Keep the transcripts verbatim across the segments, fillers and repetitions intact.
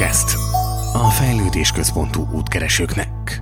Podcast. A fejlődés központú útkeresőknek.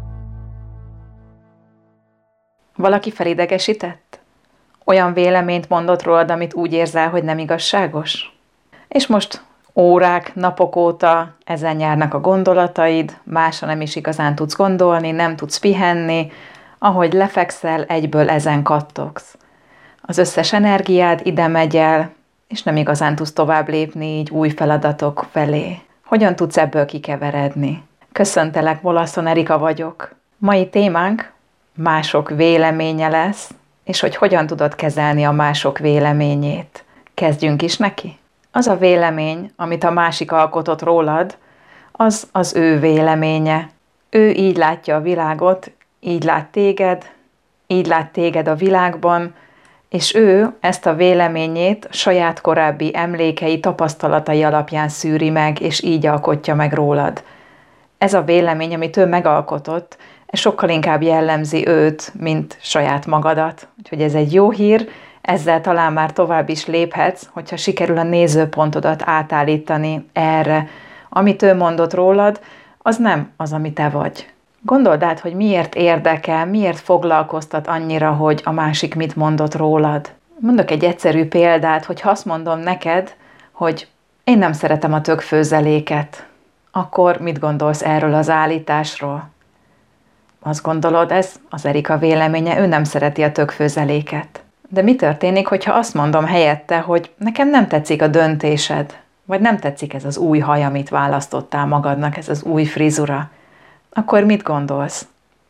Valaki felidegesített? Olyan véleményt mondott rólad, amit úgy érzel, hogy nem igazságos? És most órák, napok óta ezen járnak a gondolataid, másra nem is igazán tudsz gondolni, nem tudsz pihenni, ahogy lefekszel, egyből ezen kattogsz. Az összes energiád ide megy el, és nem igazán tudsz tovább lépni így új feladatok felé. Hogyan tudsz ebből kikeveredni? Köszöntelek, Molaszon Erika vagyok. Mai témánk mások véleménye lesz, és hogy hogyan tudod kezelni a mások véleményét. Kezdjünk is neki. Az a vélemény, amit a másik alkotott rólad, az az ő véleménye. Ő így látja a világot, így lát téged, így lát téged a világban, és ő ezt a véleményét saját korábbi emlékei, tapasztalatai alapján szűri meg, és így alkotja meg rólad. Ez a vélemény, amit ő megalkotott, ez sokkal inkább jellemzi őt, mint saját magadat. Úgyhogy ez egy jó hír, ezzel talán már tovább is léphetsz, hogyha sikerül a nézőpontodat átállítani erre. Amit ő mondott rólad, az nem az, ami te vagy. Gondold át, hogy miért érdekel, miért foglalkoztat annyira, hogy a másik mit mondott rólad. Mondok egy egyszerű példát, hogy ha azt mondom neked, hogy én nem szeretem a tökfőzeléket, akkor mit gondolsz erről az állításról? Azt gondolod, ez az Erika véleménye, ő nem szereti a tökfőzeléket. De mi történik, hogyha azt mondom helyette, hogy nekem nem tetszik a döntésed, vagy nem tetszik ez az új haj, amit választottál magadnak, ez az új frizura? Akkor mit gondolsz?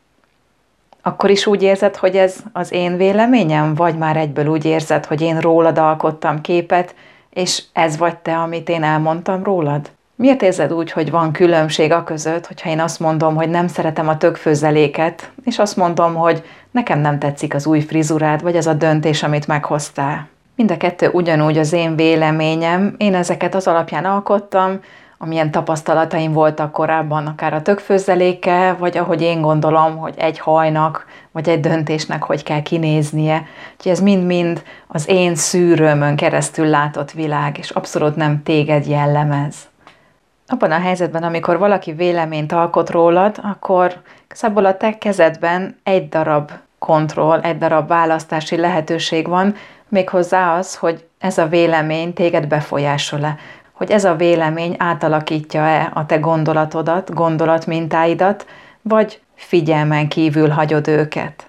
Akkor is úgy érzed, hogy ez az én véleményem, vagy már egyből úgy érzed, hogy én rólad alkottam képet, és ez vagy te, amit én elmondtam rólad? Miért érzed úgy, hogy van különbség a között, hogyha én azt mondom, hogy nem szeretem a tökfőzeléket, és azt mondom, hogy nekem nem tetszik az új frizurád, vagy az a döntés, amit meghoztál? Mind a kettő ugyanúgy az én véleményem, én ezeket az alapján alkottam, amilyen tapasztalataim voltak korábban, akár a tökfőzelékkel, vagy ahogy én gondolom, hogy egy hajnak, vagy egy döntésnek hogy kell kinéznie. Úgyhogy ez mind-mind az én szűrőmön keresztül látott világ, és abszolút nem téged jellemez. Abban a helyzetben, amikor valaki véleményt alkot rólad, akkor igazából a te kezedben egy darab kontroll, egy darab választási lehetőség van, méghozzá az, hogy ez a vélemény téged befolyásol-e, hogy ez a vélemény átalakítja-e a te gondolatodat, gondolatmintáidat, vagy figyelmen kívül hagyod őket.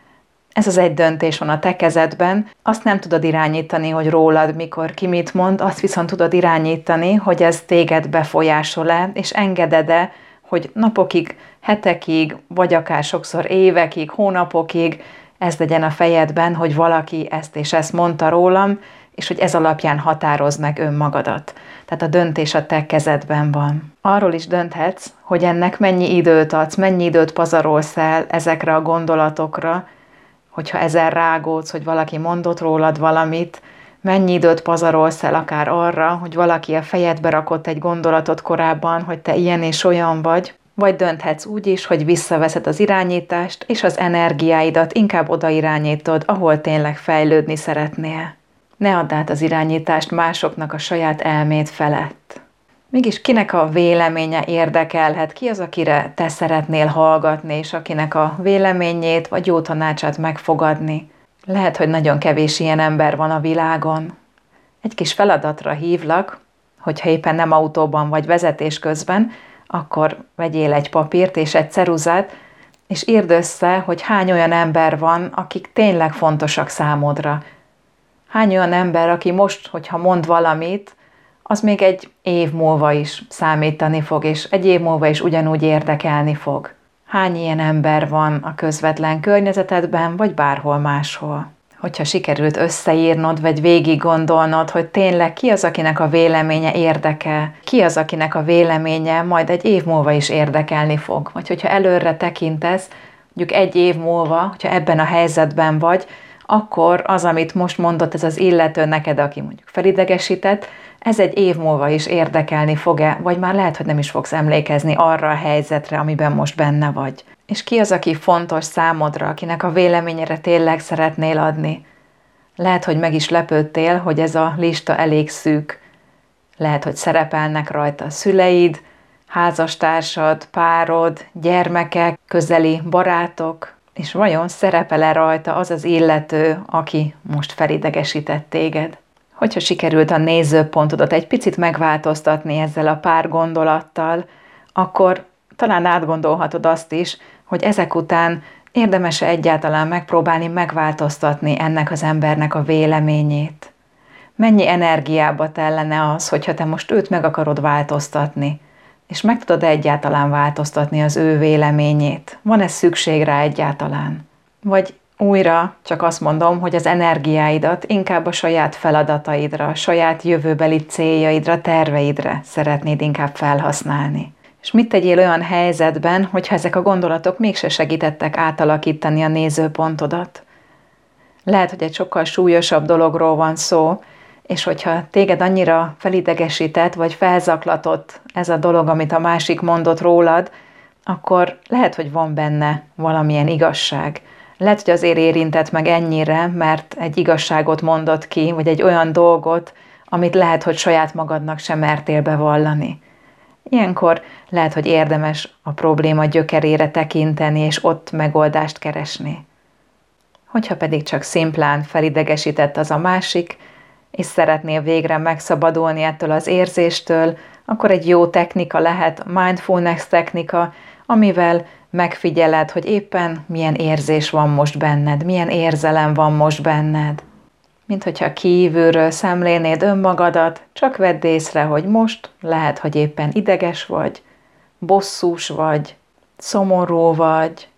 Ez az egy döntés van a te kezedben, azt nem tudod irányítani, hogy rólad mikor ki mit mond, azt viszont tudod irányítani, hogy ez téged befolyásol-e, és engeded-e, hogy napokig, hetekig, vagy akár sokszor évekig, hónapokig ez legyen a fejedben, hogy valaki ezt és ezt mondta rólam, és hogy ez alapján határozd meg önmagadat. Tehát a döntés a te kezedben van. Arról is dönthetsz, hogy ennek mennyi időt adsz, mennyi időt pazarolsz el ezekre a gondolatokra, hogyha ezen rágódsz, hogy valaki mondott rólad valamit, mennyi időt pazarolsz el akár arra, hogy valaki a fejedbe rakott egy gondolatot korábban, hogy te ilyen és olyan vagy, vagy dönthetsz úgy is, hogy visszaveszed az irányítást, és az energiáidat inkább oda irányítod, ahol tényleg fejlődni szeretnél. Ne add át az irányítást másoknak a saját elméd felett. Mégis kinek a véleménye érdekelhet, ki az, akire te szeretnél hallgatni, és akinek a véleményét vagy jó tanácsát megfogadni. Lehet, hogy nagyon kevés ilyen ember van a világon. Egy kis feladatra hívlak, hogyha éppen nem autóban vagy vezetés közben, akkor vegyél egy papírt és egy ceruzát, és írd össze, hogy hány olyan ember van, akik tényleg fontosak számodra. Hány olyan ember, aki most, hogyha mond valamit, az még egy év múlva is számítani fog, és egy év múlva is ugyanúgy érdekelni fog. Hány ilyen ember van a közvetlen környezetedben, vagy bárhol máshol? Hogyha sikerült összeírnod, vagy végig gondolnod, hogy tényleg ki az, akinek a véleménye érdekel, ki az, akinek a véleménye majd egy év múlva is érdekelni fog. Vagy hogyha előre tekintesz, mondjuk egy év múlva, hogyha ebben a helyzetben vagy, akkor az, amit most mondott ez az illető neked, aki mondjuk felidegesített, ez egy év múlva is érdekelni fog-e, vagy már lehet, hogy nem is fogsz emlékezni arra a helyzetre, amiben most benne vagy. És ki az, aki fontos számodra, akinek a véleményére tényleg szeretnél adni? Lehet, hogy meg is lepődtél, hogy ez a lista elég szűk. lehet, hogy szerepelnek rajta a szüleid, házastársad, párod, gyermekek, közeli barátok, és vajon szerepel-e rajta az az illető, aki most felidegesített téged? Hogyha sikerült a nézőpontodat egy picit megváltoztatni ezzel a pár gondolattal, akkor talán átgondolhatod azt is, hogy ezek után érdemes-e egyáltalán megpróbálni megváltoztatni ennek az embernek a véleményét. Mennyi energiába tellene az, hogyha te most őt meg akarod változtatni, és meg tudod egyáltalán változtatni az ő véleményét? Van-e szükség rá egyáltalán? Vagy újra csak azt mondom, hogy az energiáidat inkább a saját feladataidra, a saját jövőbeli céljaidra, terveidre szeretnéd inkább felhasználni. És mit tegyél olyan helyzetben, hogyha ezek a gondolatok mégse segítettek átalakítani a nézőpontodat? Lehet, hogy egy sokkal súlyosabb dologról van szó, és hogyha téged annyira felidegesített vagy felzaklatott ez a dolog, amit a másik mondott rólad, akkor lehet, hogy van benne valamilyen igazság. Lehet, hogy azért érintett meg ennyire, mert egy igazságot mondott ki, vagy egy olyan dolgot, amit lehet, hogy saját magadnak sem mertél bevallani. Ilyenkor lehet, hogy érdemes a probléma gyökerére tekinteni, és ott megoldást keresni. Hogyha pedig csak szimplán felidegesített az a másik, és szeretnél végre megszabadulni ettől az érzéstől, akkor egy jó technika lehet a mindfulness technika, amivel megfigyeled, hogy éppen milyen érzés van most benned, milyen érzelem van most benned. Mint hogyha kívülről szemlélnéd önmagadat, csak vedd észre, hogy most lehet, hogy éppen ideges vagy, bosszús vagy, szomorú vagy,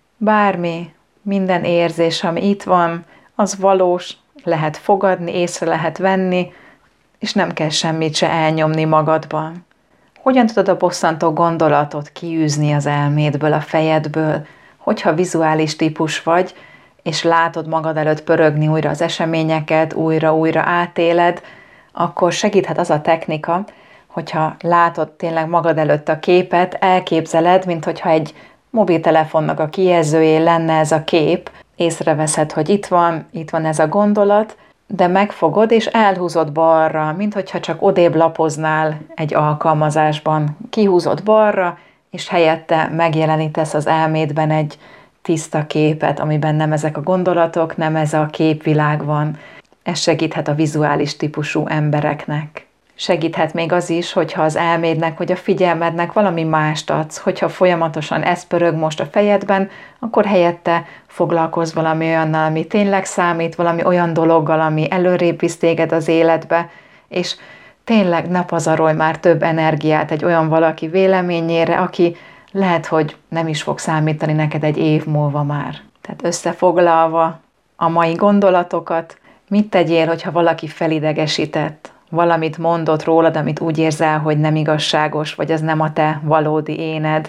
bármi, minden érzés, ami itt van, az valós, lehet fogadni, észre lehet venni, és nem kell semmit se elnyomni magadban. Hogyan tudod a bosszantó gondolatot kiűzni az elmédből, a fejedből, hogyha vizuális típus vagy, és látod magad előtt pörögni újra az eseményeket, újra-újra átéled, akkor segíthet az a technika, hogyha látod tényleg magad előtt a képet, elképzeled, mint hogyha egy mobiltelefonnak a kijelzőjén lenne ez a kép, észreveszed, hogy itt van, itt van ez a gondolat, de megfogod és elhúzod balra, mint hogyha csak odébb lapoznál egy alkalmazásban. Kihúzod balra, és helyette megjelenítesz az elmédben egy tiszta képet, amiben nem ezek a gondolatok, nem ez a képvilág van. Ez segíthet a vizuális típusú embereknek. Segíthet még az is, hogyha az elmédnek vagy a figyelmednek valami mást adsz, hogyha folyamatosan ez pörög most a fejedben, akkor helyette foglalkozz valami olyannal, ami tényleg számít, valami olyan dologgal, ami előrébb visz téged az életbe, és tényleg ne pazarolj már több energiát egy olyan valaki véleményére, aki lehet, hogy nem is fog számítani neked egy év múlva már. Tehát összefoglalva a mai gondolatokat, mit tegyél, hogyha valaki felidegesített, valamit mondott rólad, amit úgy érzel, hogy nem igazságos, vagy az nem a te valódi éned.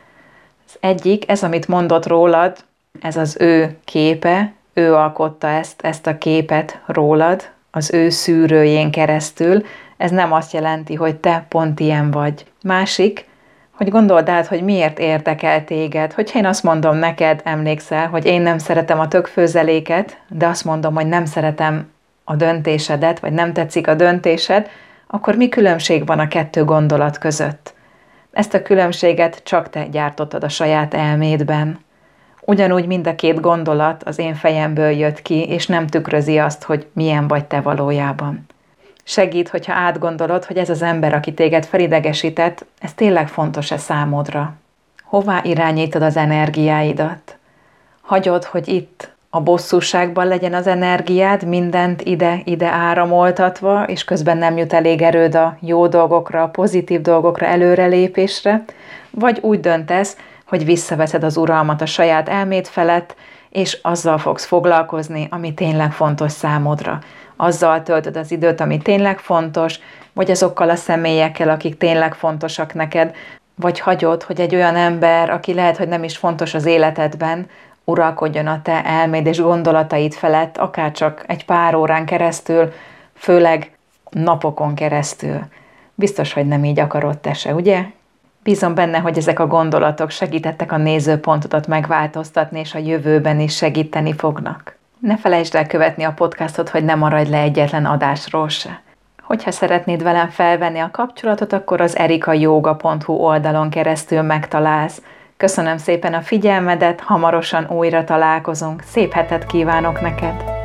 Az egyik, ez, amit mondott rólad, ez az ő képe, ő alkotta ezt, ezt a képet rólad, az ő szűrőjén keresztül. Ez nem azt jelenti, hogy te pont ilyen vagy. Másik, hogy gondold át, hogy miért érdekel téged. Hogyha én azt mondom neked, emlékszel, hogy én nem szeretem a tökfőzeléket, de azt mondom, hogy nem szeretem a döntésedet, vagy nem tetszik a döntésed, akkor mi különbség van a kettő gondolat között? Ezt a különbséget csak te gyártottad a saját elmédben. Ugyanúgy mind a két gondolat az én fejemből jött ki, és nem tükrözi azt, hogy milyen vagy te valójában. Segít, hogyha átgondolod, hogy ez az ember, aki téged felidegesített, ez tényleg fontos-e számodra? Hová irányítod az energiáidat? Hagyod, hogy itt a bosszúságban legyen az energiád, mindent ide-ide áramoltatva, és közben nem jut elég erőd a jó dolgokra, a pozitív dolgokra, előrelépésre, vagy úgy döntesz, hogy visszaveszed az uralmat a saját elméd felett, és azzal fogsz foglalkozni, ami tényleg fontos számodra. Azzal töltöd az időt, ami tényleg fontos, vagy azokkal a személyekkel, akik tényleg fontosak neked, vagy hagyod, hogy egy olyan ember, aki lehet, hogy nem is fontos az életedben, uralkodjon a te elméd és gondolataid felett, akárcsak egy pár órán keresztül, főleg napokon keresztül. Biztos, hogy nem így akarod te se, ugye? Bízom benne, hogy ezek a gondolatok segítettek a nézőpontodat megváltoztatni, és a jövőben is segíteni fognak. Ne felejtsd el követni a podcastot, hogy ne maradj le egyetlen adásról se. Hogyha szeretnéd velem felvenni a kapcsolatot, akkor az erikayoga pont hu oldalon keresztül megtalálsz. Köszönöm szépen a figyelmedet, hamarosan újra találkozunk. Szép hetet kívánok neked!